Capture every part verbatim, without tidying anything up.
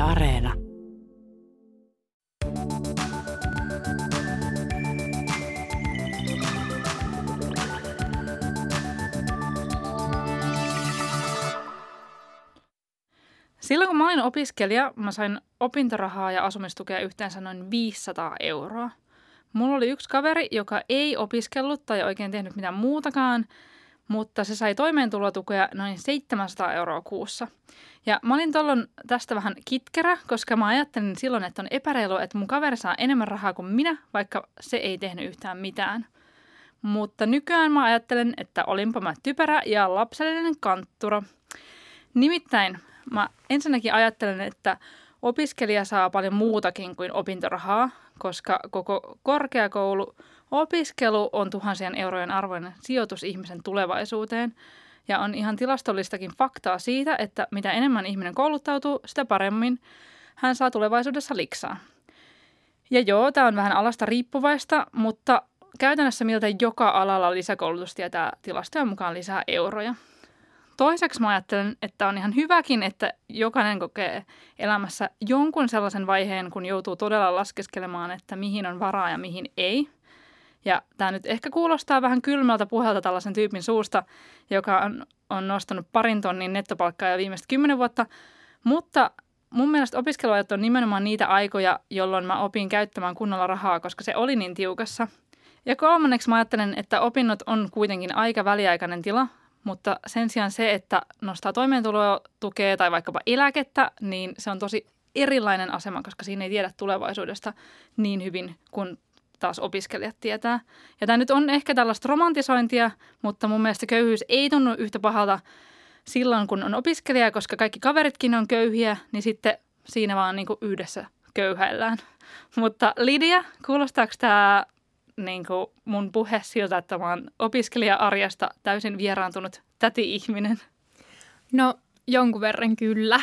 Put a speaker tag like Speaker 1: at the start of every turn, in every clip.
Speaker 1: Areena. Silloin kun mä olin opiskelija, mä sain opintorahaa ja asumistukea yhteensä noin viisisataa euroa. Mulla oli yksi kaveri, joka ei opiskellut tai oikein tehnyt mitään muutakaan, mutta se sai toimeentulotukea noin seitsemänsataa euroa kuussa. Ja mä olin tollon tästä vähän kitkerä, koska mä ajattelin silloin, että on epäreilu, että mun kaveri saa enemmän rahaa kuin minä, vaikka se ei tehnyt yhtään mitään. Mutta nykyään mä ajattelen, että olinpa mä typerä ja lapsellinen kanttura. Nimittäin mä ensinnäkin ajattelen, että opiskelija saa paljon muutakin kuin opintorahaa, koska koko korkeakoulu opiskelu on tuhansien eurojen arvoinen sijoitus ihmisen tulevaisuuteen. Ja on ihan tilastollistakin faktaa siitä, että mitä enemmän ihminen kouluttautuu, sitä paremmin hän saa tulevaisuudessa liksaa. Ja joo, tämä on vähän alasta riippuvaista, mutta käytännössä miltä joka alalla lisäkoulutus tietää tilastojen mukaan lisää euroja. Toiseksi mä ajattelen, että on ihan hyväkin, että jokainen kokee elämässä jonkun sellaisen vaiheen, kun joutuu todella laskeskelemaan, että mihin on varaa ja mihin ei. Ja tämä nyt ehkä kuulostaa vähän kylmältä puhelta tällaisen tyypin suusta, joka on, on nostanut parin tonnin nettopalkkaa jo viimeiset kymmenen vuotta. Mutta mun mielestä opiskeluajat on nimenomaan niitä aikoja, jolloin mä opin käyttämään kunnolla rahaa, koska se oli niin tiukassa. Ja kolmanneksi mä ajattelen, että opinnot on kuitenkin aika väliaikainen tila, mutta sen sijaan se, että nostaa toimeentulotukea tai vaikkapa eläkettä, niin se on tosi erilainen asema, koska siinä ei tiedä tulevaisuudesta niin hyvin kuin taas opiskelijat tietää. Ja tämä nyt on ehkä tällaista romantisointia, mutta mun mielestä köyhyys ei tunnu yhtä pahalta silloin, kun on opiskelija, koska kaikki kaveritkin on köyhiä, niin sitten siinä vaan niin kuin yhdessä köyhäillään. Mutta Lidia, kuulostaako tämä niin kuin mun puhe siltä, että mä oon opiskelija-arjesta täysin vieraantunut täti-ihminen?
Speaker 2: No, jonkun verran kyllä.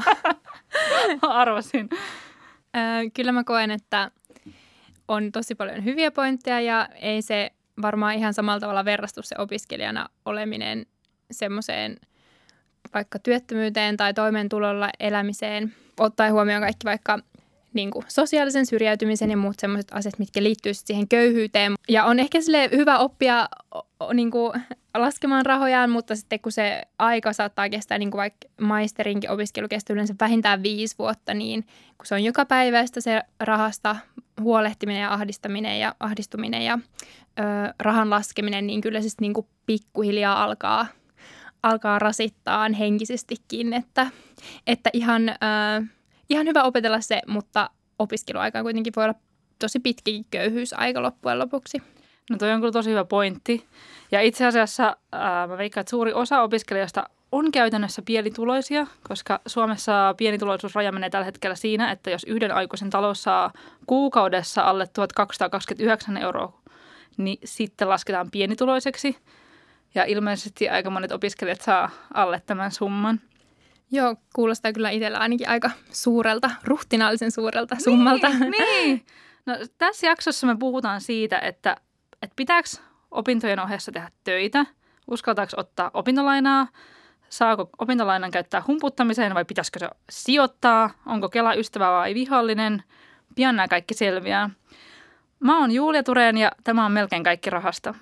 Speaker 1: Arvasin.
Speaker 2: Kyllä mä koen, että on tosi paljon hyviä pointteja ja ei se varmaan ihan samalla tavalla verrastu se opiskelijana oleminen semmoiseen vaikka työttömyyteen tai toimeentulolla elämiseen. Ottaen huomioon kaikki vaikka niin kuin sosiaalisen syrjäytymisen ja muut sellaiset asiat, mitkä liittyy siihen köyhyyteen. Ja on ehkä sille hyvä oppia niin kuin laskemaan rahojaan, mutta sitten kun se aika saattaa kestää, niin kuin vaikka maisterinkin opiskelu kestää yleensä vähintään viisi vuotta, niin kun se on joka päivästä se rahasta huolehtiminen ja ahdistaminen ja ahdistuminen ja ö, rahan laskeminen, niin kyllä se sitten niin kuin pikkuhiljaa alkaa, alkaa rasittaa henkisestikin, että, että ihan... Ö, Ihan hyvä opetella se, mutta opiskeluaikaan kuitenkin voi olla tosi pitkikin köyhyysaika loppujen lopuksi.
Speaker 1: No toi on kyllä tosi hyvä pointti. Ja itse asiassa ää, mä veikkaan, että suuri osa opiskelijoista on käytännössä pienituloisia, koska Suomessa pienituloisuusraja menee tällä hetkellä siinä, että jos yhden aikuisen talous saa kuukaudessa alle tuhatkaksisataakaksikymmentäyhdeksän euroa, niin sitten lasketaan pienituloiseksi. Ja ilmeisesti aika monet opiskelijat saa alle tämän summan.
Speaker 2: Joo, kuulostaa kyllä itsellä ainakin aika suurelta, ruhtinaallisen suurelta summalta.
Speaker 1: Niin, niin. No, tässä jaksossa me puhutaan siitä, että, että pitääkö opintojen ohessa tehdä töitä, uskaltaako ottaa opintolainaa, saako opintolainan käyttää humputtamiseen vai pitäisikö se sijoittaa, onko Kela ystävä vai vihollinen, pian nämä kaikki selviää. Mä oon Julia Tureen ja tämä on Melkein kaikki rahasta.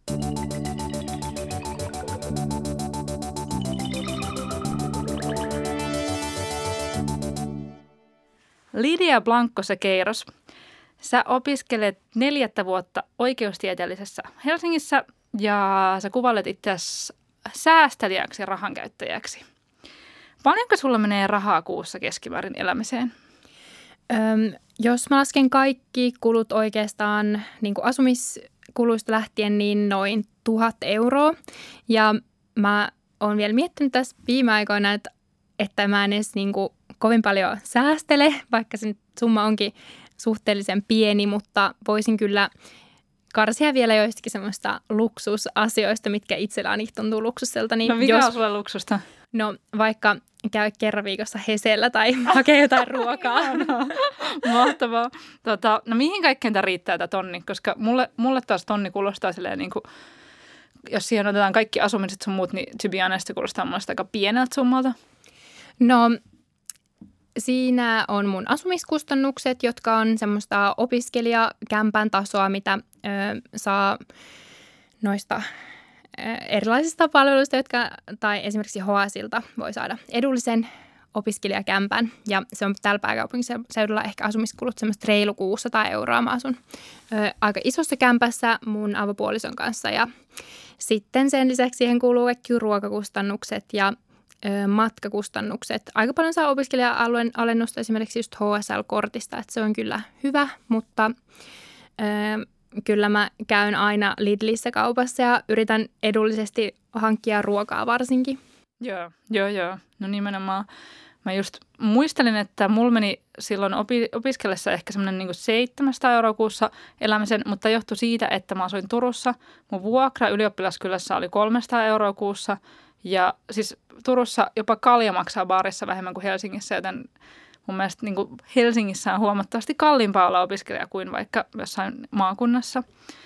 Speaker 1: Lidia Blanco-Sekeiros, sä opiskelet neljättä vuotta oikeustieteellisessä Helsingissä ja sä kuvailet itseäsi säästelijäksi ja rahankäyttäjäksi. Paljonko sulla menee rahaa kuussa keskimäärin elämiseen?
Speaker 2: Öm, jos mä lasken kaikki kulut oikeastaan niin kuin asumiskuluista lähtien, niin noin tuhat euroa. Ja mä oon vielä miettinyt tässä viime aikoina, että, että mä en edes niin kuin kovin paljon säästele, vaikka se summa onkin suhteellisen pieni, mutta voisin kyllä karsia vielä joistakin semmoista luksusasioista, mitkä itsellä ainakin tuntuu luksuselta. Niin
Speaker 1: no mikä
Speaker 2: jos,
Speaker 1: on sulle luksusta?
Speaker 2: No vaikka käy kerran viikossa Hesellä tai hakee jotain ruokaa.
Speaker 1: Mahtavaa. Tota, no mihin kaikkeen tämä riittää tämä tonni? Koska mulle, mulle taas tonni kuulostaa silleen niin kuin, jos siihen otetaan kaikki asumiset sun muut, niin to be honest, kuulostaa mulle aika pieneltä summalta.
Speaker 2: No siinä on mun asumiskustannukset, jotka on semmoista opiskelijakämpän tasoa, mitä ö, saa noista ö, erilaisista palveluista, jotka, tai esimerkiksi H S Ilta voi saada edullisen opiskelijakämpän. Ja se on täällä pääkaupunkiseudulla ehkä asumiskulut semmoista reilu kuusisataa euroa. Mä asun ö, aika isossa kämpässä mun avopuolison kanssa ja sitten sen lisäksi siihen kuuluu kaikki ruokakustannukset ja ö, matkakustannukset. Aika paljon saa opiskelija-alueen alennusta esimerkiksi just H S L-kortista, että se on kyllä hyvä, mutta ö, kyllä mä käyn aina Lidlissä kaupassa ja yritän edullisesti hankkia ruokaa varsinkin.
Speaker 1: Joo, joo, joo. No nimenomaan. Mä just muistelin, että mulla meni silloin opi- opiskellessa ehkä semmoinen niin kuin seitsemänsataa euroa kuussa elämisen, mutta johtui siitä, että mä asuin Turussa. Mun vuokra ylioppilaskylässä oli kolmesataa euroa kuussa ja siis Turussa jopa kalja maksaa baarissa vähemmän kuin Helsingissä, joten mun mielestä niin kuin Helsingissä on huomattavasti kalliimpaa olla opiskelija kuin vaikka jossain maakunnassa.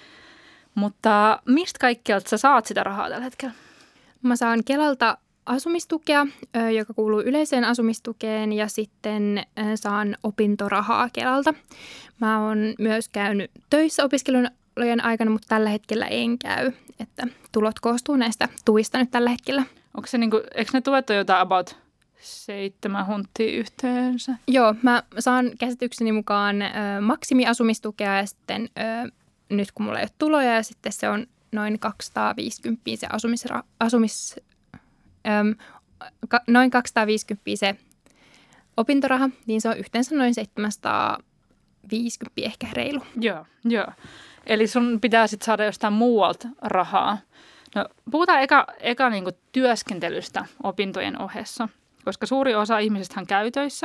Speaker 1: Mutta mistä kaikkialta sä saat sitä rahaa tällä hetkellä?
Speaker 2: Mä saan Kelalta asumistukea, joka kuuluu yleiseen asumistukeen ja sitten saan opintorahaa Kelalta. Mä oon myös käynyt töissä opiskelujen aikana, mutta tällä hetkellä en käy, että tulot koostuu näistä tuista nyt tällä hetkellä.
Speaker 1: Onko se niinku, eikö ne tuet ole jotain about seitsemän hunttia yhteensä?
Speaker 2: Joo, mä saan käsitykseni mukaan ö, maksimiasumistukea ja sitten ö, nyt kun mulla ei ole tuloja ja sitten se on noin kaksisataaviisikymmentä se asumisra, asumis... Öm, ka, noin kaksisataaviisikymmentä se opintoraha, niin se on yhteensä noin seitsemänsataaviisikymmentä ehkä reilu.
Speaker 1: Joo, joo. Eli sun pitää sitten saada jostain muualta rahaa. No, puhutaan eka, eka niinku työskentelystä opintojen ohessa, koska suuri osa ihmisistähän käy töissä.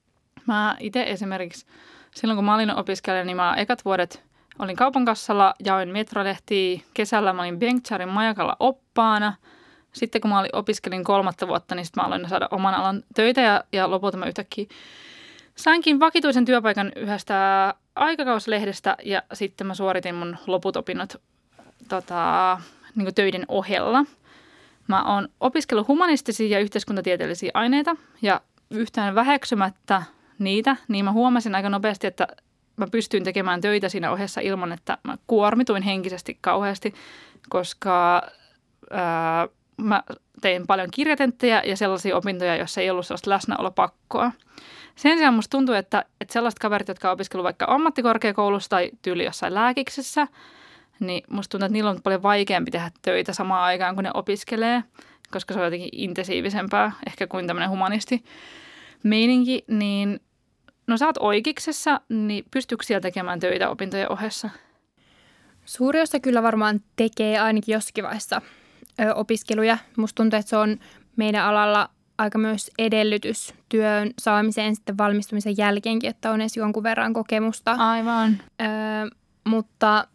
Speaker 1: Mä itse esimerkiksi silloin, kun mä olin opiskelija, niin mä ekat vuodet olin kaupan kassalla, jaoin metrolehtiä. Kesällä mä olin Bengtsarin majakalla oppaana. Sitten kun mä olin, opiskelin kolmatta vuotta, niin sitten mä aloin saada oman alan töitä ja, ja lopulta mä yhtäkkiä sainkin vakituisen työpaikan yhdestä aikakauslehdestä ja sitten mä suoritin mun loput opinnot tota, niin kuin töiden ohella. Mä oon opiskellut humanistisia ja yhteiskuntatieteellisiä aineita ja yhtään väheksymättä niitä, niin mä huomasin aika nopeasti, että mä pystyin tekemään töitä siinä ohessa ilman, että mä kuormituin henkisesti kauheasti, koska ää, mä tein paljon kirjatenttejä ja sellaisia opintoja, joissa ei ollut sellaista läsnäolopakkoa. Sen sijaan musta tuntuu, että, että sellaiset kaverit, jotka on opiskellut vaikka ammattikorkeakoulussa tai tyyli jossain lääkiksessä, niin musta tuntuu, että niillä on paljon vaikeampi tehdä töitä samaan aikaan, kun ne opiskelee, koska se on jotenkin intensiivisempää ehkä kuin tämmöinen humanisti meininki, niin no sä oot oikeiksessa, niin pystyykö siellä tekemään töitä opintojen ohessa?
Speaker 2: Suuri osa kyllä varmaan tekee ainakin jossakin vaiheessa ö, opiskeluja. Musta tuntuu, että se on meidän alalla aika myös edellytys työn saamiseen sitten valmistumisen jälkeenkin, että on edes jonkun verran kokemusta.
Speaker 1: Aivan.
Speaker 2: Ö, mutta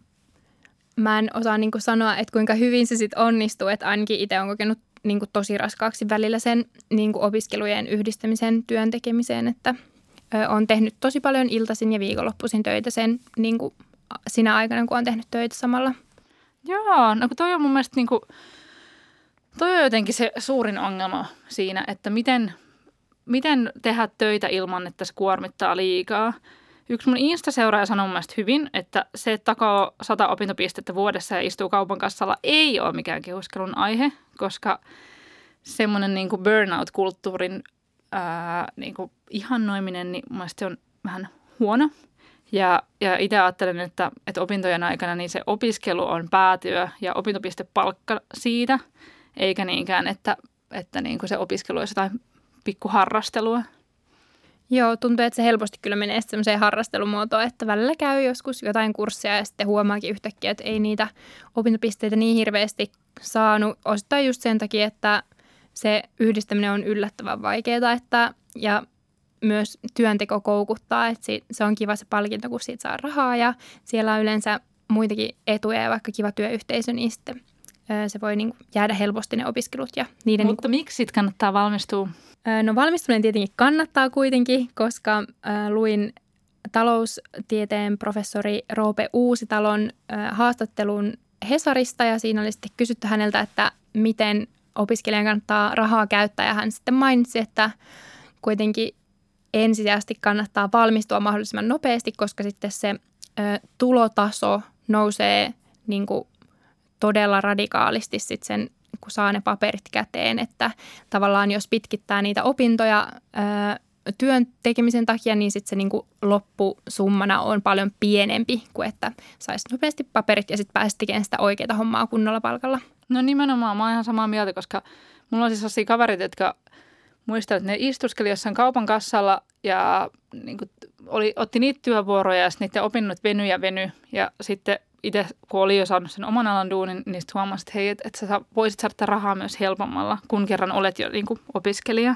Speaker 2: mä en osaa niinku sanoa, että kuinka hyvin se sitten onnistuu, että ainakin itse olen kokenut niinku tosi raskaaksi välillä sen niinku opiskelujen yhdistämisen työn tekemiseen, että ö, olen tehnyt tosi paljon iltaisin ja viikonloppuisin töitä sen niinku sinä aikana, kun olen tehnyt töitä samalla.
Speaker 1: Joo, no kun toi on mun mielestä niinku, toi on jotenkin se suurin ongelma siinä, että miten, miten tehdä töitä ilman, että se kuormittaa liikaa. Yksi mun Insta-seuraaja sanoi mun mielestä hyvin, että se, että takaa sata opintopistettä vuodessa ja istuu kaupan kassalla, ei ole mikään kehuskelun aihe, koska semmoinen niin kuin burnout-kulttuurin ää, niin kuin ihannoiminen, niin mun mielestä se on vähän huono. Ja, ja itse ajattelen, että, että opintojen aikana niin se opiskelu on päätyö ja opintopistepalkka siitä, eikä niinkään, että, että niin kuin se opiskelu olisi jotain pikkuharrastelua.
Speaker 2: Joo, tuntuu, että se helposti kyllä menee semmoiseen harrastelumuotoon, että välillä käy joskus jotain kurssia ja sitten huomaakin yhtäkkiä, että ei niitä opintopisteitä niin hirveästi saanut. Osittain just sen takia, että se yhdistäminen on yllättävän vaikeaa, että ja myös työnteko koukuttaa, että se on kiva se palkinto, kun siitä saa rahaa ja siellä on yleensä muitakin etuja ja vaikka kiva työyhteisö, niin sitten se voi niin kuin jäädä helposti ne opiskelut. Ja niiden
Speaker 1: Mutta niin kuin... miksi siitä kannattaa valmistua?
Speaker 2: No valmistuminen tietenkin kannattaa kuitenkin, koska luin taloustieteen professori Roope Uusitalon haastattelun Hesarista ja siinä oli sitten kysytty häneltä, että miten opiskelijan kannattaa rahaa käyttää ja hän sitten mainitsi, että kuitenkin ensisijaisesti kannattaa valmistua mahdollisimman nopeasti, koska sitten se ö, tulotaso nousee niin kuin todella radikaalisti sit sen, kun saa ne paperit käteen, että tavallaan jos pitkittää niitä opintoja ö, työn tekemisen takia, niin sitten se niin kuin loppusummana on paljon pienempi kuin että saisi nopeasti paperit ja sitten pääsi tekemään sitä oikeaa hommaa kunnolla palkalla.
Speaker 1: No nimenomaan, mä oon ihan samaa mieltä, koska mulla on siis sellaisia kavereita, jotka muistaa, että ne istuskeli jossain kaupan kassalla ja niin kuin, oli, otti niitä työvuoroja ja sitten niiden opinnot veny ja veny. Ja sitten itse, kun oli jo saanut sen oman alan duunin, niin sitten huomasin, että hei, että, että sä voisit saada rahaa myös helpommalla, kun kerran olet jo niin kuin opiskelija.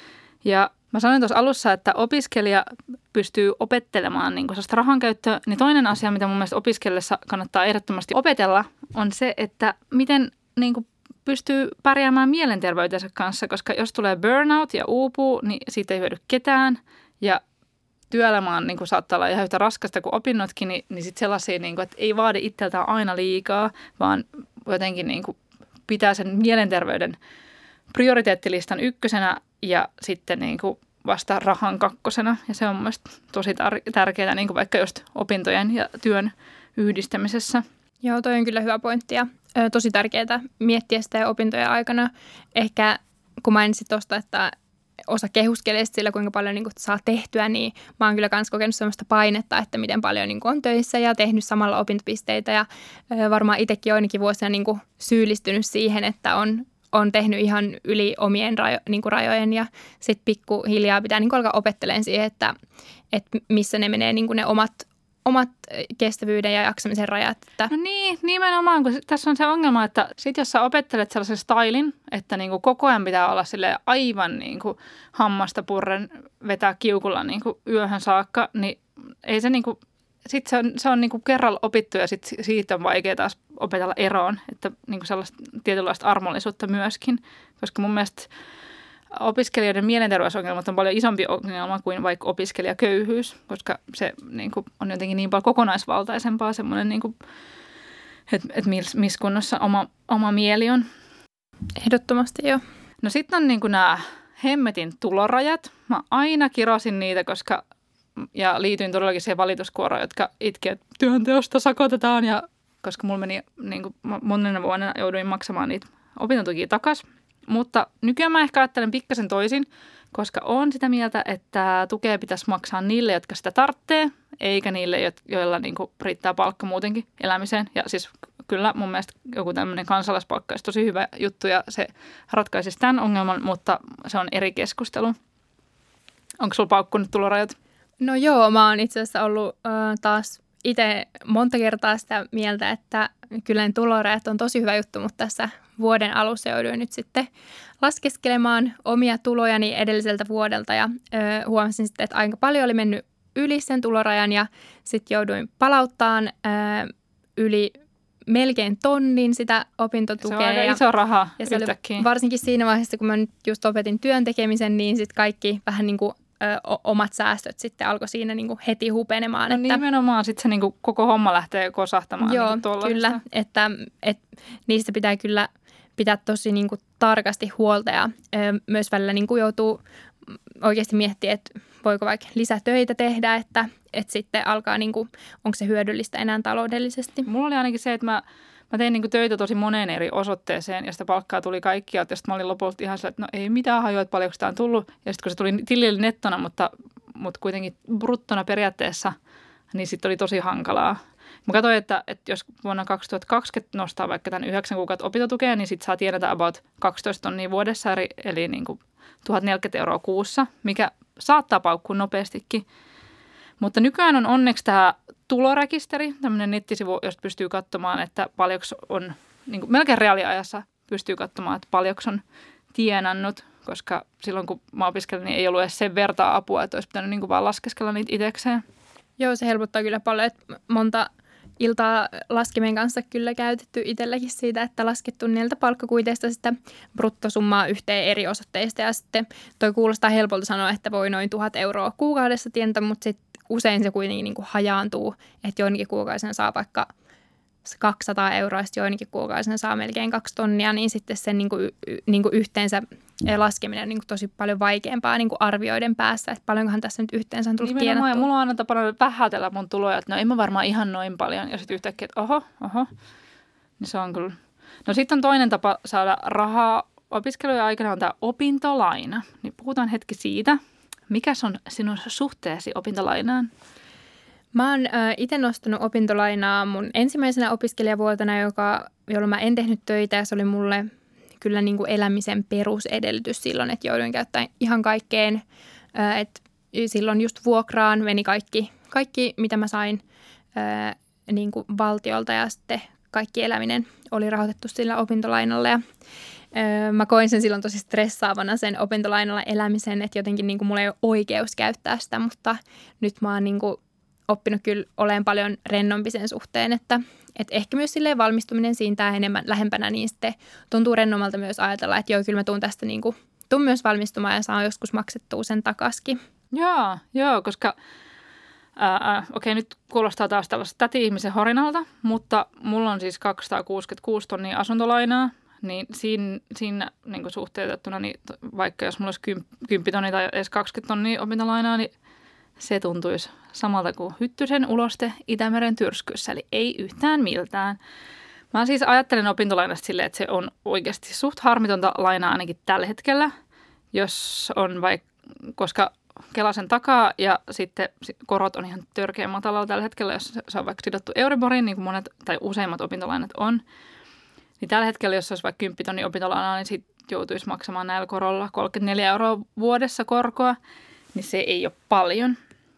Speaker 1: Ja mä sanoin tuossa alussa, että opiskelija pystyy opettelemaan niin sellaista rahankäyttöä, niin toinen asia, mitä mun mielestä opiskellessa kannattaa ehdottomasti opetella, on se, että miten niin kuin pystyy pärjäämään mielenterveytensä kanssa, koska jos tulee burnout ja uupuu, niin siitä ei hyödy ketään ja työelämä on, niin kuin saattaa olla ihan yhtä raskasta kuin opinnotkin, niin, niin sitten sellaisia, niin kuin, että ei vaadi itseltään aina liikaa, vaan jotenkin niin kuin pitää sen mielenterveyden prioriteettilistan ykkösenä ja sitten niin kuin vasta rahan kakkosena. Ja se on mun mielestä tosi tar- tärkeää niin kuin vaikka just opintojen ja työn yhdistämisessä.
Speaker 2: Joo, toi on kyllä hyvä pointti ja ö, tosi tärkeää miettiä sitä opintojen aikana. Ehkä kun mainitsit tuosta, että osa kehuskelee sillä, kuinka paljon niin kuin, saa tehtyä, niin mä oon kyllä myös kokenut sellaista painetta, että miten paljon niin kuin, on töissä ja tehnyt samalla opintopisteitä. Ja ö, varmaan itsekin joinakin vuosina niin kuin, syyllistynyt siihen, että on on tehnyt ihan yli omien rajo, niin kuin rajojen ja sitten pikkuhiljaa pitää niin kuin alkaa opettelemaan siihen, että, että missä ne menee niin kuin ne omat, omat kestävyyden ja jaksamisen rajat. Että.
Speaker 1: No niin, nimenomaan, kun tässä on se ongelma, että sit jos sä opettelet sellaisen stylin, että niin kuin koko ajan pitää olla sille aivan niin kuin hammasta purren vetää kiukulla niin kuin yöhön saakka, niin ei se niin kuin, sit se on, se on niin kuin kerralla opittu ja sit siitä on vaikea taas opetella eroon, että niin kuin sellaista tietynlaista armollisuutta myöskin, koska mun mielestä opiskelijoiden mielenterveysongelmat on paljon isompi ongelma kuin vaikka opiskelijaköyhyys, koska se niin kuin, on jotenkin niin paljon kokonaisvaltaisempaa semmoinen, niin kuin, että, että missä kunnossa oma, oma mieli on.
Speaker 2: Ehdottomasti joo.
Speaker 1: No sitten on niin kuin nämä hemmetin tulorajat. Mä aina kirosin niitä, koska ja liityin todellakin siihen valituskuoroon, jotka itki, että työnteosta sakotetaan ja koska mulla meni niin kuin monena vuonna jouduin maksamaan niitä opintotukia takaisin. Mutta nykyään mä ehkä ajattelen pikkasen toisin, koska olen sitä mieltä, että tukea pitäisi maksaa niille, jotka sitä tarvitsee, eikä niille, joilla niin kuin riittää palkka muutenkin elämiseen. Ja siis kyllä mun mielestä joku tämmöinen kansalaispalkka olisi tosi hyvä juttu ja se ratkaisisi tämän ongelman, mutta se on eri keskustelu. Onko sulla paukkunut tulorajat?
Speaker 2: No joo, mä oon itse asiassa ollut äh, taas itse monta kertaa sitä mieltä, että kyllä ne tulorajat on tosi hyvä juttu, mutta tässä vuoden alussa jouduin nyt sitten laskeskelemaan omia tulojani edelliseltä vuodelta ja ö, huomasin sitten, että aika paljon oli mennyt yli sen tulorajan ja sitten jouduin palauttamaan ö, yli melkein tonnin sitä opintotukea.
Speaker 1: Se on aika iso raha
Speaker 2: ja se
Speaker 1: yhtäkkiä.
Speaker 2: Oli varsinkin siinä vaiheessa, kun mä nyt just opetin työn tekemisen, niin sitten kaikki vähän niin kuin Ö, omat säästöt sitten alkoi siinä niin kuin heti hupenemaan.
Speaker 1: No
Speaker 2: että,
Speaker 1: nimenomaan sitten se niin kuin koko homma lähtee kosahtamaan.
Speaker 2: Joo,
Speaker 1: niin
Speaker 2: kyllä. Että, et, niistä pitää kyllä pitää tosi niin kuin tarkasti huolta ja ö, myös välillä niin kuin joutuu oikeasti miettimään, että voiko vaikka lisätöitä tehdä, että, että sitten alkaa, niin kuin, onko se hyödyllistä enää taloudellisesti.
Speaker 1: Mulla oli ainakin se, että mä Mä tein niinku töitä tosi moneen eri osoitteeseen ja sitä palkkaa tuli kaikkialta. Ja sitten mä olin lopulta ihan sillä, että no ei mitään hajua, että paljonko sitä on tullut. Ja sitten kun se tuli tilille nettona, mutta, mutta kuitenkin bruttona periaatteessa, niin sitten oli tosi hankalaa. Mä katsoin, että, että jos vuonna kaksituhattakaksikymmentä nostaa vaikka tämän yhdeksän kuukautta opintotukea, niin sitten saa tienata about kaksitoista tonnia vuodessa, eli, eli niinku tuhatneljäkymmentä euroa kuussa, mikä saattaa paukkua nopeastikin. Mutta nykyään on onneksi tämä tulorekisteri, tämmöinen nettisivu, josta pystyy katsomaan, että paljonko on, niin kuin melkein reaaliajassa pystyy katsomaan, että paljonko on tienannut, koska silloin kun mä opiskelin, niin ei ollut edes sen vertaa apua, että olisi pitänyt niin kuin vaan laskeskella niitä itsekseen.
Speaker 2: Joo, se helpottaa kyllä paljon, että monta iltaa laskimen kanssa kyllä käytetty itselläkin siitä, että laskettu niiltä palkkakuiteista sitä bruttosummaa yhteen eri osoitteista. Ja sitten toi kuulostaa helpolta sanoa, että voi noin tuhat euroa kuukaudessa tienata, mutta sitten usein se kuitenkin niin kuin hajaantuu, että joidenkin kuukausina saa vaikka kaksisataa euroa, sitten joinakin kuukausina saa melkein kaksi tonnia, niin sitten sen niin kuin, y, niin kuin yhteensä laskeminen on niin kuin tosi paljon vaikeampaa niin kuin arvioiden päässä, että paljonkohan tässä nyt yhteensä on tullut tienattua.
Speaker 1: Ja mulla on aina tapana vähätellä mun tuloja, että no ei mä varmaan ihan noin paljon, ja sitten yhtäkkiä, että oho, oho, niin se on kyllä. No sitten on toinen tapa saada rahaa opiskelujen aikana on tämä opintolaina, niin puhutaan hetki siitä. Mikäs on sinun suhteesi opintolainaan?
Speaker 2: Mä oon äh, itse nostanut opintolainaa mun ensimmäisenä opiskelijavuotena, joka, jolloin mä en tehnyt töitä ja se oli mulle kyllä niin kuin elämisen perusedellytys silloin, että jouduin käyttämään ihan kaikkeen. Äh, et silloin just vuokraan meni kaikki, kaikki mitä mä sain äh, niin kuin valtiolta ja sitten kaikki eläminen oli rahoitettu sillä opintolainalla ja öö, mä koin sen silloin tosi stressaavana sen opintolainalla elämisen, että jotenkin niin kuin mulla ei ole oikeus käyttää sitä, mutta nyt mä oon niin kuin oppinut kyllä olemaan paljon rennompi sen suhteen, että, että ehkä myös silleen valmistuminen siitä enemmän lähempänä, niin sitten tuntuu rennommalta myös ajatella, että joo, kyllä mä tuun tästä niin kuin, tuun myös valmistumaan ja saan joskus maksettua sen takaskin.
Speaker 1: Joo, joo, koska Ää, okei, nyt kuulostaa taas tällaista täti-ihmisen horinalta, mutta mulla on siis kaksisataakuusikymmentäkuusi tonnia asuntolainaa, niin siinä, siinä niin suhteutettuna, niin vaikka jos mulla olisi kymmenen tonnia tai edes kaksikymmentä tonnia opintolainaa, niin se tuntuisi samalta kuin Hyttysen uloste Itämeren tyrskyssä, eli ei yhtään miltään. Mä siis ajattelen opintolainasta silleen, että se on oikeasti suht harmitonta lainaa ainakin tällä hetkellä, jos on vaikka, koska Kelasen takaa ja sitten korot on ihan törkeän matalalla tällä hetkellä, jos se on vaikka sidottu Euriboriin, niin kuin monet tai useimmat opintolainat on. Niin tällä hetkellä, jos olisi vaikka kymmenen tonnin opintolainaa, niin sitten joutuisi maksamaan näillä korolla kolmekymmentäneljä euroa vuodessa korkoa, niin se ei ole paljon.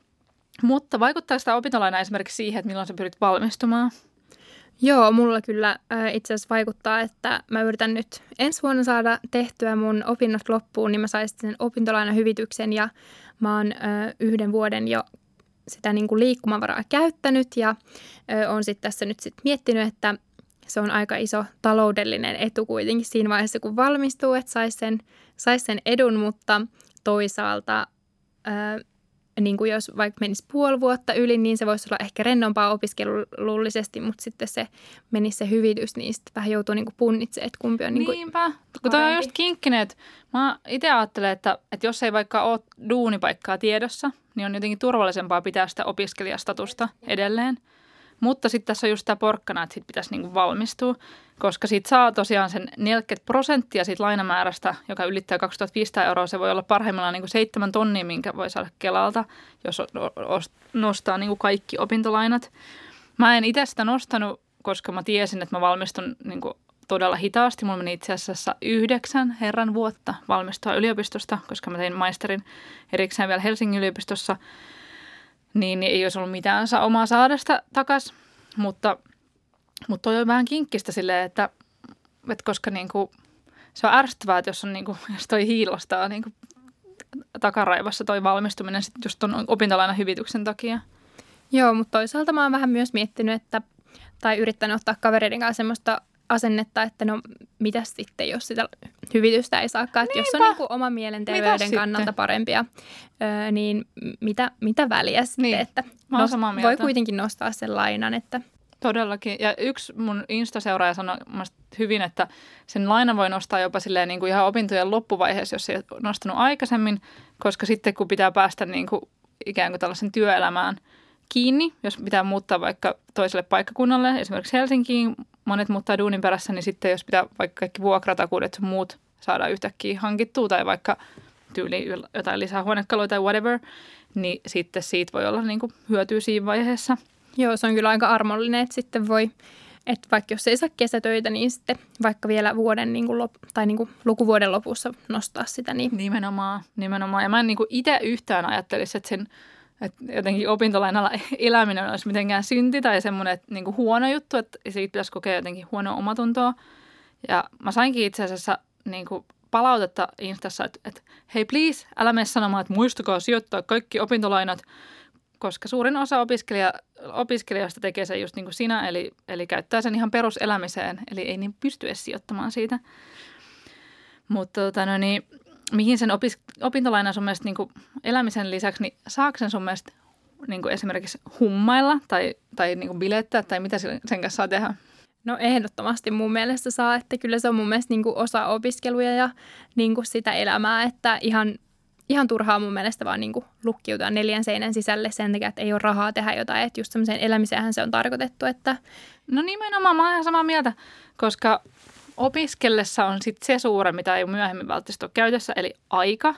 Speaker 1: Mutta vaikuttaako sitä opintolainaa esimerkiksi siihen, että milloin sä pyrit valmistumaan?
Speaker 2: Joo, mulla kyllä äh, itse asiassa vaikuttaa, että mä yritän nyt ensi vuonna saada tehtyä mun opinnot loppuun, niin mä saisin sen opintolainahyvityksen ja mä oon äh, yhden vuoden jo sitä niin kuin liikkumavaraa käyttänyt ja äh, oon sitten tässä nyt sit miettinyt, että se on aika iso taloudellinen etu kuitenkin siinä vaiheessa, kun valmistuu, että saisi sen, sais sen edun, mutta toisaalta äh, niin kuin jos vaikka menisi puoli vuotta yli, niin se voisi olla ehkä rennompaa opiskelullisesti, mutta sitten se menisi se hyvitys, niin sitten vähän joutuu niin kuin punnitsemaan, että kumpi on niin kuin
Speaker 1: Niinpä, kun toi on just kinkkinen, että mä itse ajattelen, että, että jos ei vaikka ole duunipaikkaa tiedossa, niin on jotenkin turvallisempaa pitää sitä opiskelijastatusta edelleen. Mutta sitten tässä on just tämä porkkana, että siitä pitäisi niinku valmistua, koska siitä saa tosiaan sen neljäkymmentä prosenttia siitä lainamäärästä, joka ylittää kaksituhattaviisisataa euroa. Se voi olla parhaimmillaan niinku seitsemän tonnia, minkä voi saada Kelalta, jos nostaa niinku kaikki opintolainat. Mä en itse sitä nostanut, koska mä tiesin, että mä valmistun niinku todella hitaasti. Mulla meni itse asiassa yhdeksän herran vuotta valmistua yliopistosta, koska mä tein maisterin erikseen vielä Helsingin yliopistossa. Niin, niin ei olisi ollut mitään saa omaa saada sitä takaisin, mutta, mutta toi on vähän kinkkistä silleen, että, että koska niinku, se on ärsyttävää, että jos, on niinku, jos toi hiilostaa niinku, takaraivassa toi valmistuminen sit just ton opintolainahyvityksen takia.
Speaker 2: Joo, mutta toisaalta mä oon vähän myös miettinyt, että, tai yrittänyt ottaa kavereiden kanssa semmoista asennetta, että no mitäs sitten, jos sitä hyvitystä ei saakaan. Että jos on niin kuin oman mielenterveyden kannalta parempia, öö, niin mitä, mitä väliä sitten, niin. Että nost- voi kuitenkin nostaa sen lainan. Että
Speaker 1: todellakin. Ja yksi mun Insta-seuraaja sanoi hyvin, että sen lainan voi nostaa jopa silleen niin kuin ihan opintojen loppuvaiheessa, jos ei ole nostanut aikaisemmin, koska sitten kun pitää päästä niin kuin ikään kuin tällaisen työelämään kiinni, jos pitää muuttaa vaikka toiselle paikkakunnalle, esimerkiksi Helsinkiin, monet muuttaa duunin perässä, niin sitten jos pitää vaikka kaikki vuokratakuudet sun muut saada yhtäkkiä hankittua tai vaikka tyyli jotain lisää huonekaluja tai whatever, niin sitten siitä voi olla niin kuin hyötyä siinä vaiheessa.
Speaker 2: Joo, se on kyllä aika armollinen, että sitten voi, että vaikka jos ei saa kesätöitä, niin sitten vaikka vielä vuoden niin kuin lop, tai niin kuin lukuvuoden lopussa nostaa sitä. Niin.
Speaker 1: Nimenomaan, nimenomaan. Ja mä en niin kuin itse yhtään ajattelisi, että sen että jotenkin opintolainalla eläminen olisi mitenkään synti tai semmoinen että niin kuin huono juttu, että siitä pitäisi kokea jotenkin huonoa omatuntoa. Ja mä sainkin itse asiassa niin kuin palautetta Instassa, että, että hei please, älä mene sanomaan, että muistakaa sijoittaa kaikki opintolainat, koska suurin osa opiskelija, opiskelijoista tekee sen just niin kuin sinä, eli, eli käyttää sen ihan peruselämiseen, eli ei niin pysty edes sijoittamaan siitä. Mutta tota no niin, mihin sen opis, opintolainan sun mielestä niin kuin elämisen lisäksi, niin saako sen sun mielestä niin kuin esimerkiksi hummailla tai, tai niin kuin bilettää tai mitä sen kanssa saa tehdä?
Speaker 2: No ehdottomasti mun mielestä saa, että kyllä se on mun mielestä niin kuin osa opiskeluja ja niin kuin sitä elämää, että ihan, ihan turhaa mun mielestä vaan niin kuin lukkiutua neljän seinän sisälle sen takia, että ei ole rahaa tehdä jotain, että just semmoiseen elämiseenhän se on tarkoitettu, että...
Speaker 1: No nimenomaan, mä oon ihan samaa mieltä, koska opiskellessa on sitten se suure, mitä ei myöhemmin välttämättä ole käytössä, eli aika.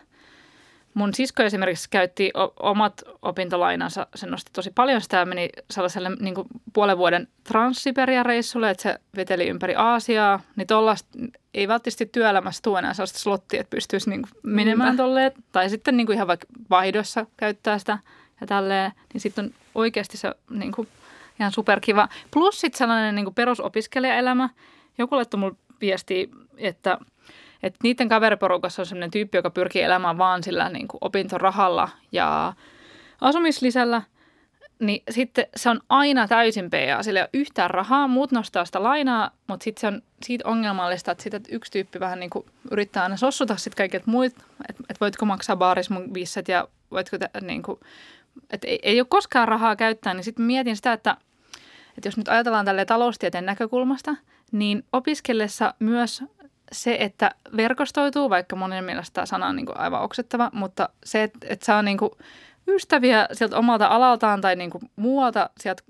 Speaker 1: Mun sisko esimerkiksi käytti o- omat opintolainansa, se nosti tosi paljon sitä, meni sellaiselle niin kuin puolen vuoden Trans-Siberia-reissulle, että se veteli ympäri Aasiaa, niin tollaista ei välttämättä työelämässä tule enää sellaista slottia, että pystyisi niin kuin menemään tolleen, tai sitten niin kuin ihan vaikka vaihdossa käyttää sitä ja tälleen, niin sitten on oikeasti se niin kuin ihan superkiva. Plus sitten sellainen niin kuin perusopiskelijaelämä, joku laittoi mulle viestiä, että Että niiden kaveriporukassa on sellainen tyyppi, joka pyrkii elämään vaan sillä niin kuin opintorahalla ja asumislisällä, niin sitten se on aina täysin P A. Sillä ei ole yhtään rahaa, muut nostaa sitä lainaa, mutta sitten se on siitä ongelmallista, että, sit, että yksi tyyppi vähän niin kuin yrittää aina sossuta sitten kaiket muut, että, että voitko maksaa baaris mun viisset ja voitko, te, niin kuin, että ei, ei ole koskaan rahaa käyttää, niin sitten mietin sitä, että, että jos nyt ajatellaan tälleen taloustieteen näkökulmasta, niin opiskellessa myös se, että verkostoituu, vaikka monen mielestä tämä sana on niin kuin aivan oksettava, mutta se, että, että saa niin kuin ystäviä sieltä omalta alaltaan tai niin kuin muualta sieltä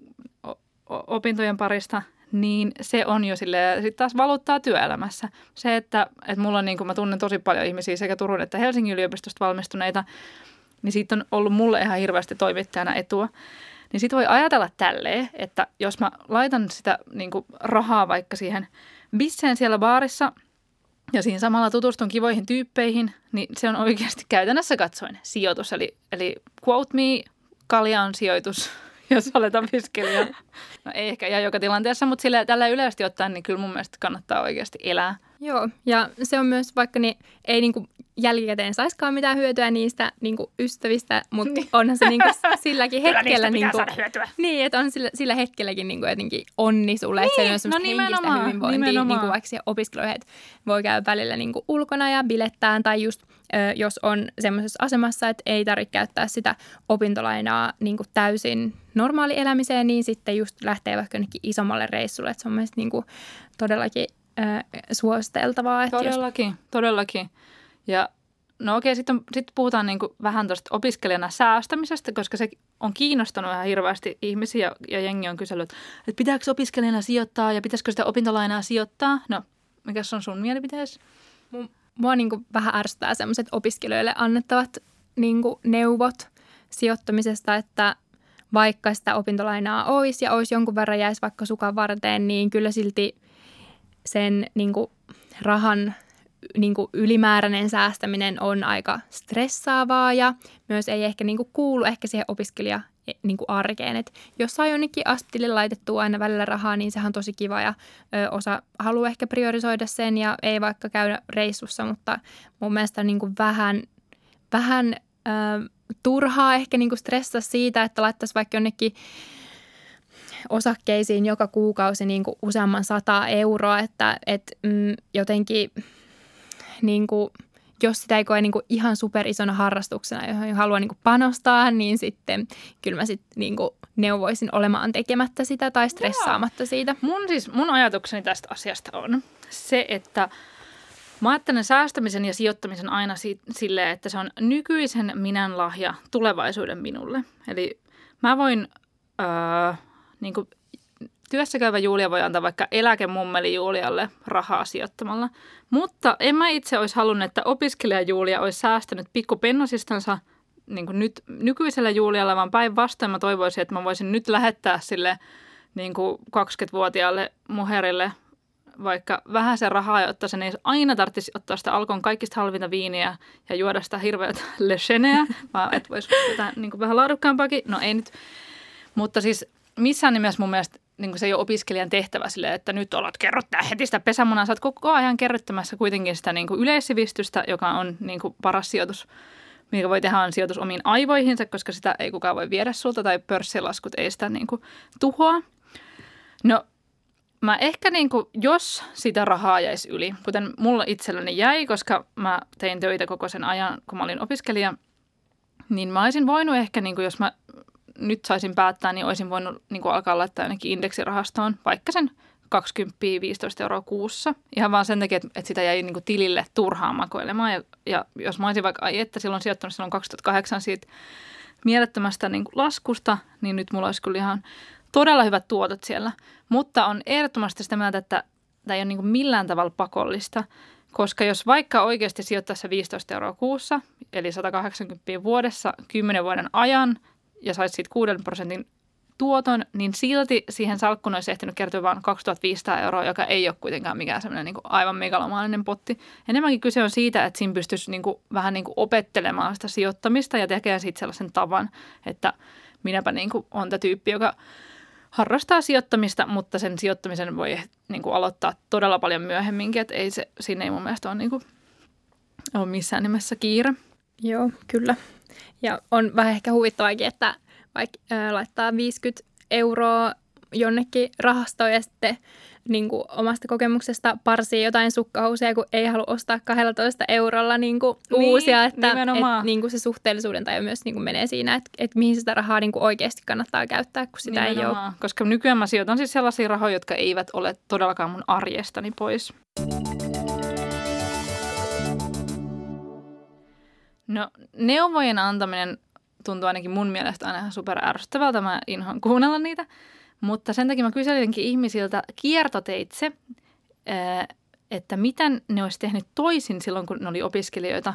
Speaker 1: opintojen parista, niin se on jo silleen, sitten taas valuttaa työelämässä. Se, että, että mulla on niin kuin, mä tunnen tosi paljon ihmisiä sekä Turun että Helsingin yliopistosta valmistuneita, niin siitä on ollut mulle ihan hirveästi toimittajana etua. Niin sit voi ajatella tälleen, että jos mä laitan sitä niin kuin rahaa vaikka siihen bisseen siellä baarissa, ja siinä samalla tutustun kivoihin tyyppeihin, niin se on oikeasti käytännössä katsoen sijoitus. Eli, eli quote me, kalja on sijoitus, jos olet opiskelija. No ei ehkä ihan joka tilanteessa, mutta sillä, tällä yleisesti ottaen, niin kyllä mun mielestä kannattaa oikeasti elää.
Speaker 2: Joo, ja se on myös, vaikka niin ei niin kuin jälkikäteen saiskaan mitään hyötyä niistä niin kuin ystävistä, mutta niin. Onhan se niin kuin silläkin hetkellä... niin kuin, niin, että on sillä, sillä hetkelläkin niin kuin jotenkin onni sulle, niin, että se on semmoista no henkistä hyvinvointia niin kuin vaikka opiskeluihin, että voi käydä välillä niin kuin ulkona ja bilettään, tai just ö, jos on semmoisessa asemassa, että ei tarvitse käyttää sitä opintolainaa niin kuin täysin normaali elämiseen, niin sitten just lähtee vaikka jonnekin isommalle reissulle, että se on mielestäni niin kuin todellakin suositeltavaa. Että
Speaker 1: todellakin, jos... todellakin. Ja no okei, sitten sit puhutaan niinku vähän tuosta opiskelijana säästämisestä, koska se on kiinnostanut ihan hirveästi ihmisiä ja, ja jengi on kysellyt, että pitääkö opiskelijana sijoittaa ja pitäisikö sitä opintolainaa sijoittaa? No, mikä on sun mielipiteesi?
Speaker 2: Mua niinku vähän ärsyttää sellaiset opiskelijoille annettavat niinku neuvot sijoittamisesta, että vaikka sitä opintolainaa olisi ja olisi jonkun verran jäisi vaikka sukan varteen, niin kyllä silti sen niin kuin, rahan niin kuin, ylimääräinen säästäminen on aika stressaavaa ja myös ei ehkä niin kuin, kuulu ehkä siihen opiskelija niin kuin, arkeen. Et jos saa jonnekin astille laitettua aina välillä rahaa, niin sehän on tosi kiva ja ö, osa haluaa ehkä priorisoida sen ja ei vaikka käydä reissussa, mutta mun mielestä on niin kuin, vähän, vähän ö, turhaa ehkä niin kuin, stressaa siitä, että laittaisi vaikka jonnekin osakkeisiin joka kuukausi niin kuin useamman sata euroa, että et, mm, jotenkin niin kuin, jos sitä ei koe niin kuin ihan superisona harrastuksena, johon haluaa niin kuin panostaa, niin sitten kyllä mä sitten niin kuin neuvoisin olemaan tekemättä sitä tai stressaamatta siitä.
Speaker 1: Mun, siis, mun ajatukseni tästä asiasta on se, että mä ajattelen säästämisen ja sijoittamisen aina si- silleen, että se on nykyisen minän lahja tulevaisuuden minulle. Eli mä voin... Öö, niin kuin työssä käyvä Julia voi antaa vaikka eläkemummeli Julialle rahaa sijoittamalla, mutta en mä itse olisi halunnut, että opiskelija Julia olisi säästänyt pikkupennosistansa niin kuin nyt nykyisellä Julialla, vaan päinvastoin mä toivoisin, että mä voisin nyt lähettää sille niin kuin kaksikymmentävuotiaalle muherille vaikka vähän se rahaa, jotta sen ei aina tarvitsisi ottaa sitä Alkon kaikista halvinta viiniä ja juoda sitä hirveätä Le Cheneä, vaan että voisi jotain niin kuin vähän laadukkaampaakin. No ei nyt, mutta siis missään nimessä mun mielestä niin se ei ole opiskelijan tehtävä silleen, että nyt olet kerrottaa heti sitä pesämunaa. Sä oot koko ajan kerryttämässä kuitenkin sitä niin kuin yleissivistystä, joka on niin kuin paras sijoitus, mikä voi tehdä on sijoitus omiin aivoihinsa, koska sitä ei kukaan voi viedä sulta tai pörssilaskut ei sitä niin kuin tuhoa. No mä ehkä niin kuin, jos sitä rahaa jäisi yli, kuten mulla itselläni jäi, koska mä tein töitä koko sen ajan, kun mä olin opiskelija, niin mä olisin voinut ehkä, niin kuin, jos mä nyt saisin päättää, niin olisin voinut niin kuin alkaa laittaa ainakin indeksirahastoon, vaikka sen kaksikymmentä viisitoista euroa kuussa. Ihan vaan sen takia, että, että sitä jäi niin kuin tilille turhaan makoilemaan. Ja, ja jos mä olisin vaikka, ai että silloin sijoittanut silloin kaksituhattakahdeksan siitä mielettömästä niin kuin laskusta, niin nyt mulla olisi kyllä ihan todella hyvät tuotot siellä. Mutta on ehdottomasti sitä mieltä, että tämä ei ole niin kuin millään tavalla pakollista, koska jos vaikka oikeasti sijoittaisi viisitoista euroa kuussa, eli sata kahdeksankymmentä vuodessa kymmenen vuoden ajan ja saisi siitä kuuden prosentin tuoton, niin silti siihen salkkuun olisi ehtinyt kertyä vain kaksituhattaviisisataa euroa, joka ei ole kuitenkaan mikään semmoinen niin kuin aivan megalomaaninen potti. Enemmänkin kyse on siitä, että siinä pystyisi niin kuin, vähän niin kuin opettelemaan sitä sijoittamista ja tekemään siitä sellaisen tavan, että minäpä niin kuin on tämä tyyppi, joka harrastaa sijoittamista, mutta sen sijoittamisen voi niin kuin aloittaa todella paljon myöhemminkin, että ei se, siinä ei mun mielestä ole, niin kuin, ole missään nimessä kiire.
Speaker 2: Joo, kyllä. Ja on vähän ehkä huvittavaakin, että vaikka äh, laittaa viisikymmentä euroa jonnekin rahastoon ja sitten niin kuin omasta kokemuksesta parsii jotain sukkahousuja, kun ei halua ostaa kaksitoista eurolla niin kuin
Speaker 1: niin,
Speaker 2: uusia. Että et,
Speaker 1: niin
Speaker 2: niin se suhteellisuuden tai myös niin kuin menee siinä, että et mihin sitä rahaa niin kuin oikeasti kannattaa käyttää, kun sitä nimenomaan.
Speaker 1: Ei ole. Koska nykyään mä sijoitan siis sellaisia rahoja, jotka eivät ole todellakaan mun arjestani pois. No, neuvojen antaminen tuntuu ainakin mun mielestä aina ihan super ärsyttävältä. Mä inhoan kuunnella niitä. Mutta sen takia mä kyselinkin ihmisiltä kiertoteitse, että miten ne olisi tehnyt toisin silloin, kun ne oli opiskelijoita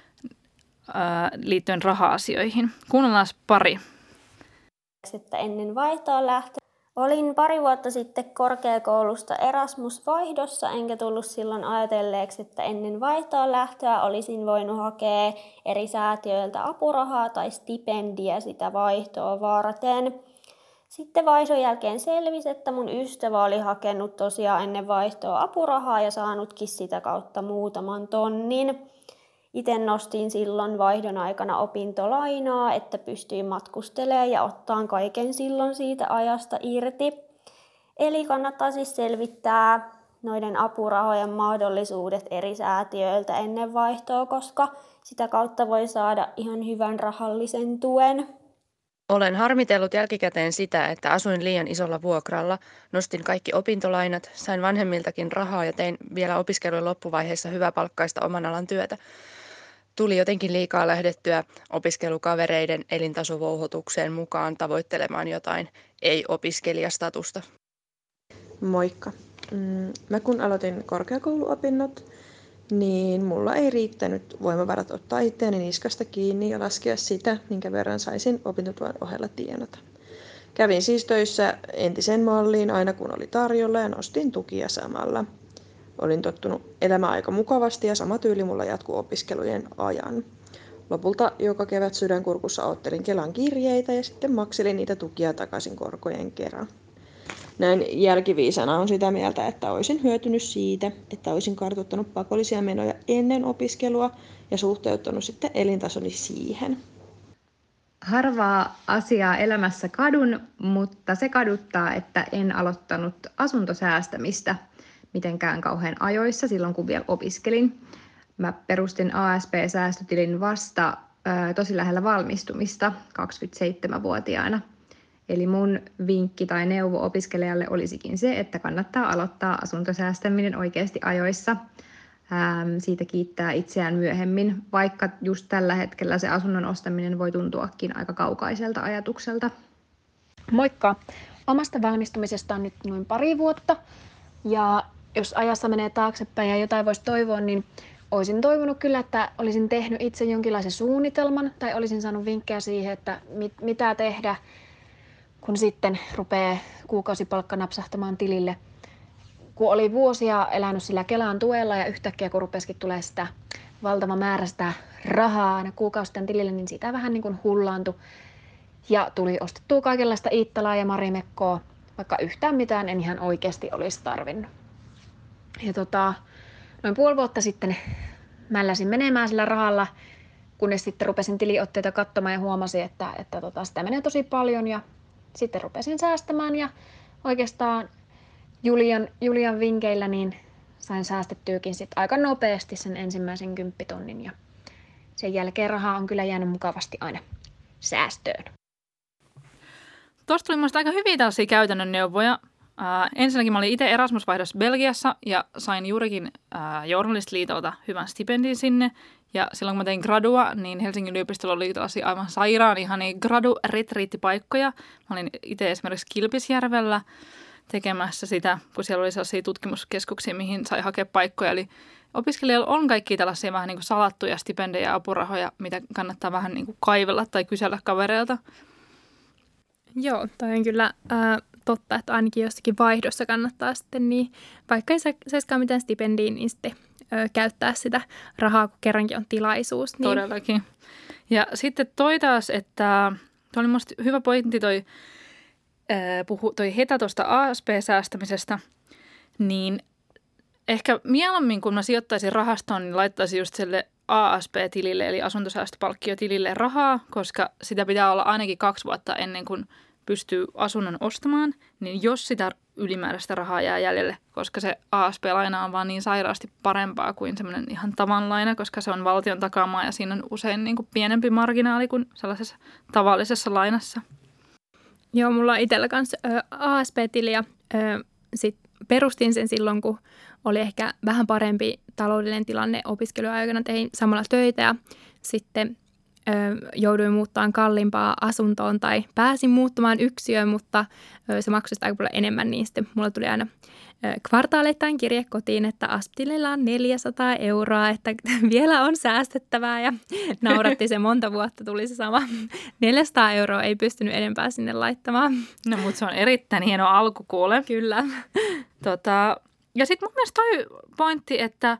Speaker 1: liittyen raha-asioihin. Kuunnellaan pari.
Speaker 3: Että ennen vaihtoa lähtö. Olin pari vuotta sitten korkeakoulusta Erasmus-vaihdossa, enkä tullut silloin ajatelleeksi, että ennen vaihtoa lähtöä olisin voinut hakea eri säätiöiltä apurahaa tai stipendiä sitä vaihtoa varten. Sitten vaihdon jälkeen selvisi, että mun ystävä oli hakenut tosiaan ennen vaihtoa apurahaa ja saanutkin sitä kautta muutaman tonnin. Itse nostin silloin vaihdon aikana opintolainaa, että pystyin matkustelemaan ja ottaan kaiken silloin siitä ajasta irti. Eli kannattaa siis selvittää noiden apurahojen mahdollisuudet eri säätiöiltä ennen vaihtoa, koska sitä kautta voi saada ihan hyvän rahallisen tuen.
Speaker 4: Olen harmitellut jälkikäteen sitä, että asuin liian isolla vuokralla, nostin kaikki opintolainat, sain vanhemmiltakin rahaa ja tein vielä opiskelujen loppuvaiheessa hyväpalkkaista oman alan työtä. Tuli jotenkin liikaa lähdettyä opiskelukavereiden elintasovouhotukseen mukaan tavoittelemaan jotain ei-opiskelijastatusta.
Speaker 5: Moikka. Mä kun aloitin korkeakouluopinnot, niin mulla ei riittänyt voimavarat ottaa itseäni niskasta kiinni ja laskea sitä, minkä verran saisin opintotuen ohella tienata. Kävin siis töissä entisen malliin aina kun oli tarjolla ja nostin tukia samalla. Olin tottunut elämään aika mukavasti ja sama tyyli mulla jatkuu opiskelujen ajan. Lopulta joka kevät sydänkurkussa odottelin Kelan kirjeitä ja sitten makselin niitä tukia takaisin korkojen kerran. Näin jälkiviisana on sitä mieltä, että olisin hyötynyt siitä, että olisin kartoittanut pakollisia menoja ennen opiskelua ja suhteuttanut sitten elintasoni siihen.
Speaker 6: Harvaa asiaa elämässä kadun, mutta se kaduttaa, että en aloittanut asuntosäästämistä mitenkään kauhean ajoissa silloin, kun vielä opiskelin. Mä perustin A S P-säästötilin vasta ää, tosi lähellä valmistumista kaksikymmentäseitsemänvuotiaana. Eli mun vinkki tai neuvo opiskelijalle olisikin se, että kannattaa aloittaa asuntosäästäminen oikeasti ajoissa. Ähm, siitä kiittää itseään myöhemmin, vaikka just tällä hetkellä se asunnon ostaminen voi tuntuakin aika kaukaiselta ajatukselta.
Speaker 7: Moikka! Omasta valmistumisesta on nyt noin pari vuotta. Ja jos ajassa menee taaksepäin ja jotain voisi toivoa, niin olisin toivonut kyllä, että olisin tehnyt itse jonkinlaisen suunnitelman tai olisin saanut vinkkejä siihen, että mit, mitä tehdä, kun sitten rupeaa kuukausipalkka napsahtamaan tilille. Kun oli vuosia elänyt sillä Kelan tuella ja yhtäkkiä kun rupesikin tulee sitä valtava määrä sitä rahaa aina kuukausien tilille, niin sitä vähän niin kuin hullaantui. Ja tuli ostettua kaikenlaista Iittalaa ja Marimekkoa, vaikka yhtään mitään en ihan oikeasti olisi tarvinnut. Ja tota, noin puoli vuotta sitten mälläsin menemään sillä rahalla, kunnes sitten rupesin tiliotteita katsomaan ja huomasin, että, että tota, sitä menee tosi paljon. Ja sitten rupesin säästämään ja oikeastaan Julian, Julian vinkeillä niin sain säästettyykin sit aika nopeasti sen ensimmäisen kymppitonnin. Ja sen jälkeen rahaa on kyllä jäänyt mukavasti aina säästöön.
Speaker 1: tuosta tuli minusta aika hyviä tällaisia käytännön neuvoja. Äh, ensinnäkin mä olin itse Erasmus-vaihdossa Belgiassa ja sain juurikin äh, Journalistiliitolta hyvän stipendin sinne. Ja silloin kun mä tein gradua, niin Helsingin yliopistolla oli tällaisia aivan sairaan ihania gradu-retriittipaikkoja. Mä olin itse esimerkiksi Kilpisjärvellä tekemässä sitä, kun siellä oli sellaisia tutkimuskeskuksia, mihin sai hakea paikkoja. Eli opiskelijoilla on kaikki tällaisia vähän niin kuin salattuja stipendejä ja apurahoja, mitä kannattaa vähän niin kuin kaivella tai kysellä kavereilta.
Speaker 2: Joo, toi on kyllä äh, totta, että ainakin jossakin vaihdossa kannattaa sitten, niin vaikka ei saisikaan mitään stipendiä, niin sitten ö, käyttää sitä rahaa, kun kerrankin on tilaisuus. Niin...
Speaker 1: Todellakin. Ja sitten toi taas, että toi oli musta hyvä pointti toi, ää, puhu, toi Heta tuosta A S P-säästämisestä, niin ehkä mieluummin kun mä sijoittaisin rahastoon, niin laittaisin just sille A S P-tilille, eli asuntosäästöpalkkiotilille rahaa, koska sitä pitää olla ainakin kaksi vuotta ennen kuin pystyy asunnon ostamaan, niin jos sitä ylimääräistä rahaa jää jäljelle, koska se A S P-laina on vaan niin sairaasti parempaa kuin semmoinen ihan tavan laina, koska se on valtion takaamaa ja siinä on usein niin kuin pienempi marginaali kuin sellaisessa tavallisessa lainassa.
Speaker 2: Joo, mulla on itsellä kanssa A S P-tili ja ö, sit perustin sen silloin, kun oli ehkä vähän parempi taloudellinen tilanne opiskeluaikana, tein samalla töitä ja sitten ö, jouduin muuttamaan kalliimpaa asuntoon tai pääsin muuttamaan yksiöön, mutta ö, se maksoi aika paljon enemmän, niin sitten mulla tuli aina ö, kvartaaleittain kirje kotiin, että A S P-tilillä on neljäsataa euroa, että vielä on säästettävää ja nauratti se monta vuotta, tuli se sama neljäsataa euroa, ei pystynyt enempää sinne laittamaan.
Speaker 1: No, mutta se on erittäin hieno alku, kuule.
Speaker 2: Kyllä.
Speaker 1: Tota, ja sitten mun mielestä toi pointti, että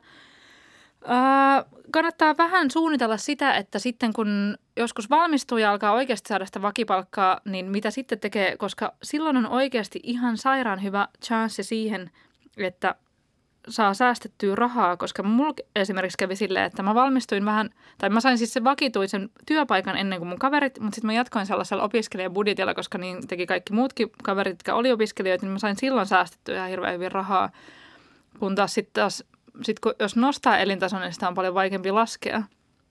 Speaker 1: ää, kannattaa vähän suunnitella sitä, että sitten kun joskus valmistuu ja alkaa oikeasti saada sitä vakipalkkaa, niin mitä sitten tekee, koska silloin on oikeasti ihan sairaan hyvä chanssi siihen, että saa säästettyä rahaa, koska mulla esimerkiksi kävi silleen, että mä valmistuin vähän, tai mä sain siis sen vakituisen työpaikan ennen kuin mun kaverit, mutta sitten mä jatkoin sellaisella opiskelijabudjetilla, koska niin teki kaikki muutkin kaverit, jotka oli opiskelijoita, niin mä sain silloin säästettyä ihan hirveän hyvin rahaa, kun taas sitten taas, sit kun, jos nostaa elintason, niin sitä on paljon vaikeampi laskea.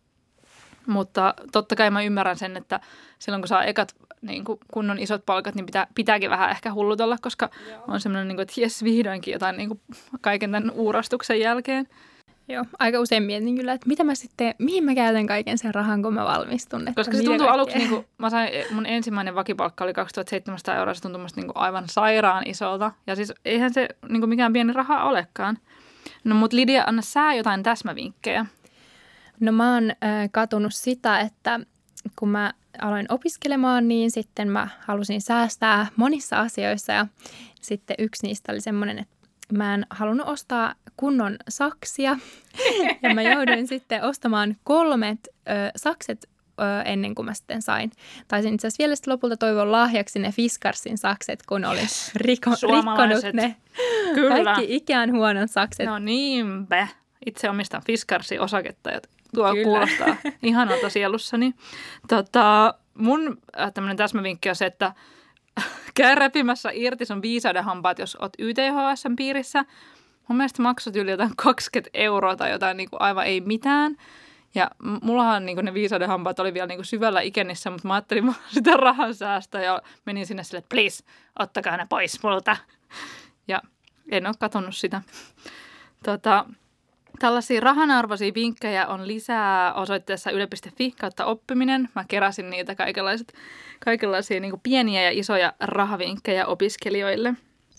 Speaker 1: Mutta totta kai mä ymmärrän sen, että silloin kun saa ekat niin kuin kunnon isot palkat, niin pitää, pitääkin vähän ehkä hullutella, koska Joo. on semmoinen, niin kuin, että jes, vihdoinkin jotain niin kuin kaiken tämän uurastuksen jälkeen.
Speaker 2: Joo, aika usein mietin kyllä, että mitä mä sitten, mihin mä käytän kaiken sen rahan, kun mä valmistun.
Speaker 1: Koska se tuntuu aluksi, niin kuin, mä sain, mun ensimmäinen vakipalkka oli kaksituhattaseitsemänsataa euroa, se tuntui musta niin kuin aivan sairaan isolta. Ja siis eihän se niin kuin mikään pieni raha olekaan. No mut Lidia, anna sä jotain täsmävinkkejä.
Speaker 2: No mä oon äh, katunut sitä, että kun mä aloin opiskelemaan, niin sitten mä halusin säästää monissa asioissa ja sitten yksi niistä oli semmoinen, että mä en halunnut ostaa kunnon saksia ja mä jouduin sitten ostamaan kolmet ö, sakset ö, ennen kuin mä sitten sain. Taisin itse asiassa vielä sitten lopulta toivon lahjaksi ne Fiskarsin sakset, kun olin riko, rikkonut ne Kyllä. kaikki ikään huonot sakset.
Speaker 1: No niinpä. Itse omistan Fiskarsin osaketta ja tuo Kyllä. kuulostaa ihanalta sielussani. Tota, mun tämmöinen täsmävinkki on se, että käy repimässä irti sun viisauden hampaat, jos oot Y T H S:n piirissä. Mun mielestä maksut yli jotain kaksikymmentä euroa tai jotain niin kuin aivan ei mitään. Ja mullahan niin kuin ne viisauden hampaat oli vielä niin kuin syvällä ikennissä, mutta mä ajattelin sitä rahan säästä ja menin sinne sille, että please, ottakaa ne pois multa. Ja en ole katsonut sitä. Tota, tällaisia rahanarvoisia vinkkejä on lisää osoitteessa yle piste fi kautta oppiminen. Mä keräsin niitä kaikenlaiset, kaikenlaisia niin kuin pieniä ja isoja rahavinkkejä opiskelijoille.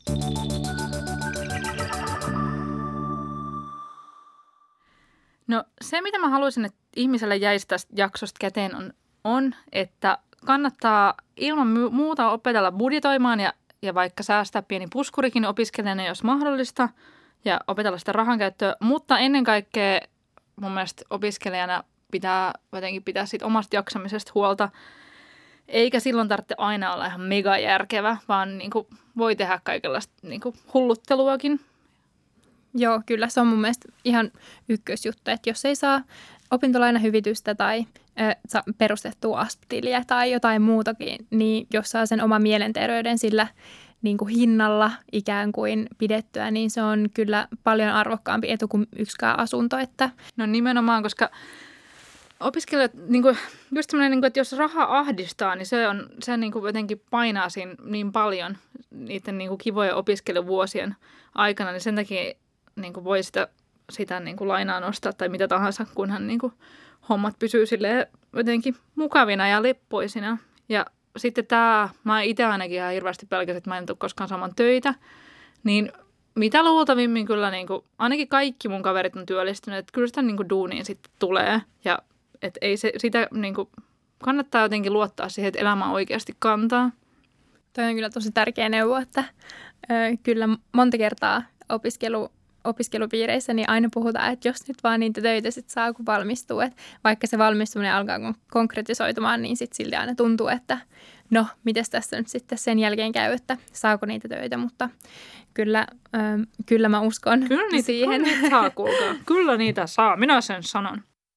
Speaker 1: No se, mitä mä haluaisin, että ihmiselle jäisi tästä jaksosta käteen on, on että kannattaa ilman muuta opetella budjetoimaan ja, ja vaikka säästää pieni puskurikin opiskelijana, jos mahdollista, ja opetella sitä rahankäyttöä, mutta ennen kaikkea mun mielestä opiskelijana pitää jotenkin pitää siitä omasta jaksamisesta huolta, eikä silloin tarvitse aina olla ihan mega järkevä, vaan niin kuin voi tehdä kaikenlaista niin kuin hullutteluakin.
Speaker 2: Joo, kyllä se on mun mielestä ihan ykkösjuttu, että jos ei saa opintolainahyvitystä tai ö, perustettua A S P-tiliä tai jotain muutakin, niin jos saa sen oman mielenterveyden sillä niin kuin hinnalla ikään kuin pidettyä, niin se on kyllä paljon arvokkaampi etu kuin yksikään asunto. Että...
Speaker 1: No nimenomaan, koska opiskelijat, niin kuin, just semmoinen, niin kuin, että jos raha ahdistaa, niin se, on, se niin kuin jotenkin painaa siinä niin paljon niiden niin kuin kivojen opiskeluvuosien aikana, niin sen takia niin kuin voi sitä, sitä niin kuin lainaa nostaa tai mitä tahansa, kunhan niin kuin hommat pysyy silleen jotenkin mukavina ja leppoisina. Ja sitten tämä, mä itse ainakin ihan hirveästi pelkäsin, että mä en tule koskaan saamaan töitä, niin mitä luultavimmin kyllä, niin kuin, ainakin kaikki mun kaverit on työllistyneet, että kyllä sitä niin kuin duuniin sitten tulee. Ja että ei se, sitä niin kuin, kannattaa jotenkin luottaa siihen, että elämä oikeasti kantaa.
Speaker 2: Toi on kyllä tosi tärkeä neuvo, että ö, kyllä monta kertaa opiskelu, opiskelupiireissä niin aina puhutaan, että jos nyt vaan niitä töitä sit saa, kun valmistuu. Et vaikka se valmistuminen alkaa konkretisoitumaan, niin sitten silti aina tuntuu, että no, mites tässä nyt sitten sen jälkeen käy, että saako niitä töitä, mutta kyllä, ö, kyllä mä uskon
Speaker 1: kyllä niitä,
Speaker 2: siihen.
Speaker 1: Kyllä niitä saa, kuulkaa. Kyllä niitä saa, minä sen sanon.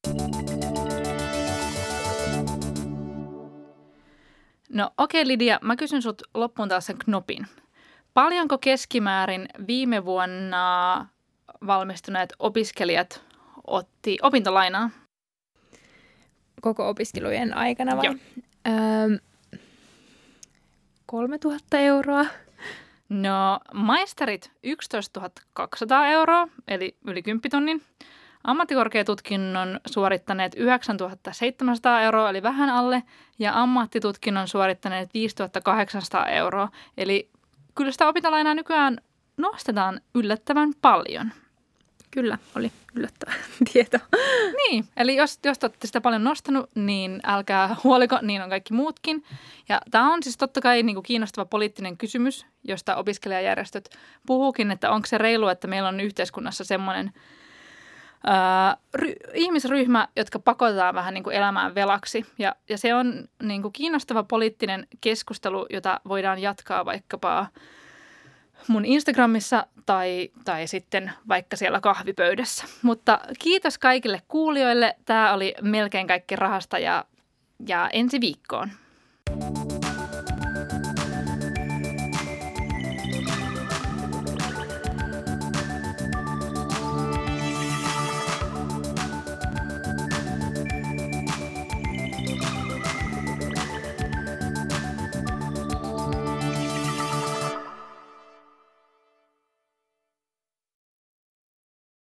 Speaker 1: No okei okay, Lidia, mä kysyn sut loppuun taas sen knopin. Paljonko keskimäärin viime vuonna valmistuneet opiskelijat otti opintolainaa?
Speaker 2: Koko opiskelujen aikana vai?
Speaker 1: Joo.
Speaker 2: Öö, kolmetuhatta euroa.
Speaker 1: No maisterit yksitoistatuhatta kaksisataa euroa, eli yli kymppitonnin. Ammattikorkeatutkinnon suorittaneet yhdeksäntuhatta seitsemänsataa euroa, eli vähän alle, ja ammattitutkinnon suorittaneet viisituhatta kahdeksansataa euroa. Eli kyllä sitä opintolainaa nykyään nostetaan yllättävän paljon.
Speaker 2: Kyllä, oli yllättävä tieto.
Speaker 1: Niin, eli jos, jos te olette sitä paljon nostanut, niin älkää huoliko, niin on kaikki muutkin. Ja tämä on siis totta kai niin kuin kiinnostava poliittinen kysymys, josta opiskelijajärjestöt puhuukin, että onko se reilu, että meillä on yhteiskunnassa semmoinen Äh, ry- ihmisryhmä, jotka pakotetaan vähän niin kuin elämään velaksi. Ja, ja se on niin kuin kiinnostava poliittinen keskustelu, jota voidaan jatkaa vaikkapa mun Instagramissa tai, tai sitten vaikka siellä kahvipöydässä. Mutta kiitos kaikille kuulijoille. Tämä oli melkein kaikki rahasta ja, ja ensi viikkoon.